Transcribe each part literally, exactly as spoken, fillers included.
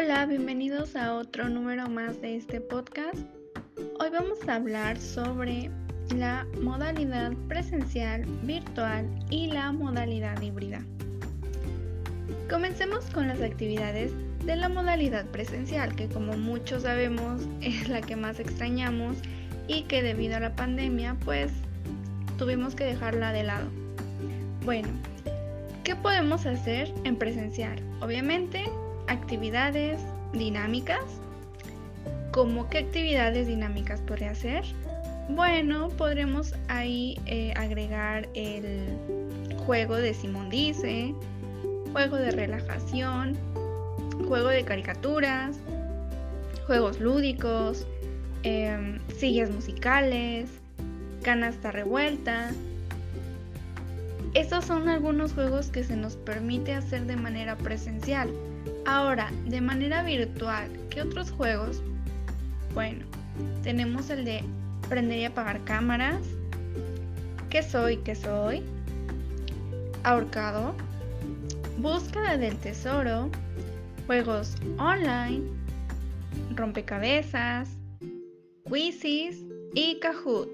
Hola, bienvenidos a otro número más de este podcast. Hoy vamos a hablar sobre la modalidad presencial, virtual y la modalidad híbrida. Comencemos con las actividades de la modalidad presencial, que como muchos sabemos es la que más extrañamos y que debido a la pandemia pues tuvimos que dejarla de lado. Bueno, ¿qué podemos hacer en presencial? Obviamente, actividades dinámicas. ¿Cómo qué actividades dinámicas podría hacer? Bueno, podremos ahí eh, agregar el juego de Simón Dice, juego de relajación, juego de caricaturas, juegos lúdicos, eh, sillas musicales, canasta revuelta. Estos son algunos juegos que se nos permite hacer de manera presencial. Ahora, de manera virtual, ¿qué otros juegos? Bueno, tenemos el de prender y apagar cámaras, ¿qué soy? ¿Qué soy? Ahorcado, búsqueda del tesoro, juegos online, rompecabezas, quizzes y Kahoot.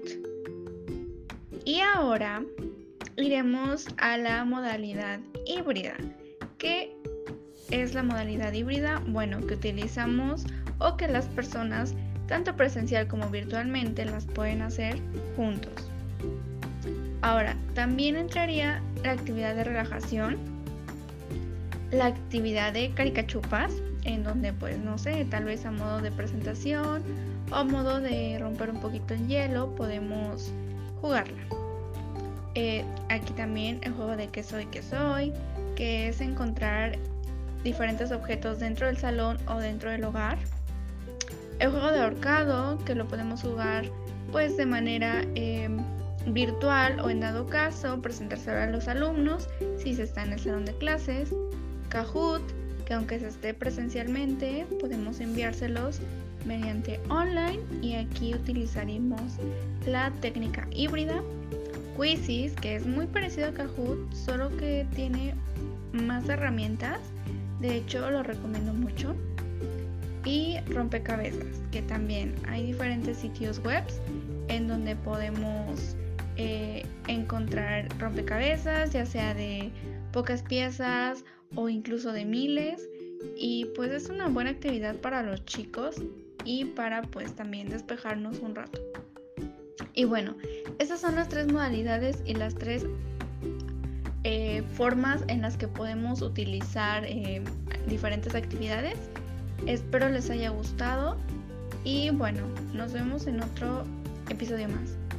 Y ahora iremos a la modalidad híbrida. ¿Qué es la modalidad híbrida? Bueno, que utilizamos o que las personas, tanto presencial como virtualmente, las pueden hacer juntos. Ahora, también entraría la actividad de relajación, la actividad de caricachupas, en donde pues no sé, tal vez a modo de presentación o a modo de romper un poquito el hielo, podemos jugarla. Eh, aquí también el juego de qué soy, qué soy, que es encontrar diferentes objetos dentro del salón o dentro del hogar. El juego de ahorcado, que lo podemos jugar pues de manera eh, virtual o en dado caso presentárselo a los alumnos si se está en el salón de clases. Kahoot, que aunque se esté presencialmente podemos enviárselos mediante online, y aquí utilizaremos la técnica híbrida. Quizzes, que es muy parecido a Kahoot, solo que tiene más herramientas, de hecho lo recomiendo mucho. Y rompecabezas, que también hay diferentes sitios web en donde podemos eh, encontrar rompecabezas, ya sea de pocas piezas o incluso de miles, y pues es una buena actividad para los chicos y para pues también despejarnos un rato. Y bueno, esas son las tres modalidades y las tres eh, formas en las que podemos utilizar eh, diferentes actividades. Espero les haya gustado y bueno, nos vemos en otro episodio más.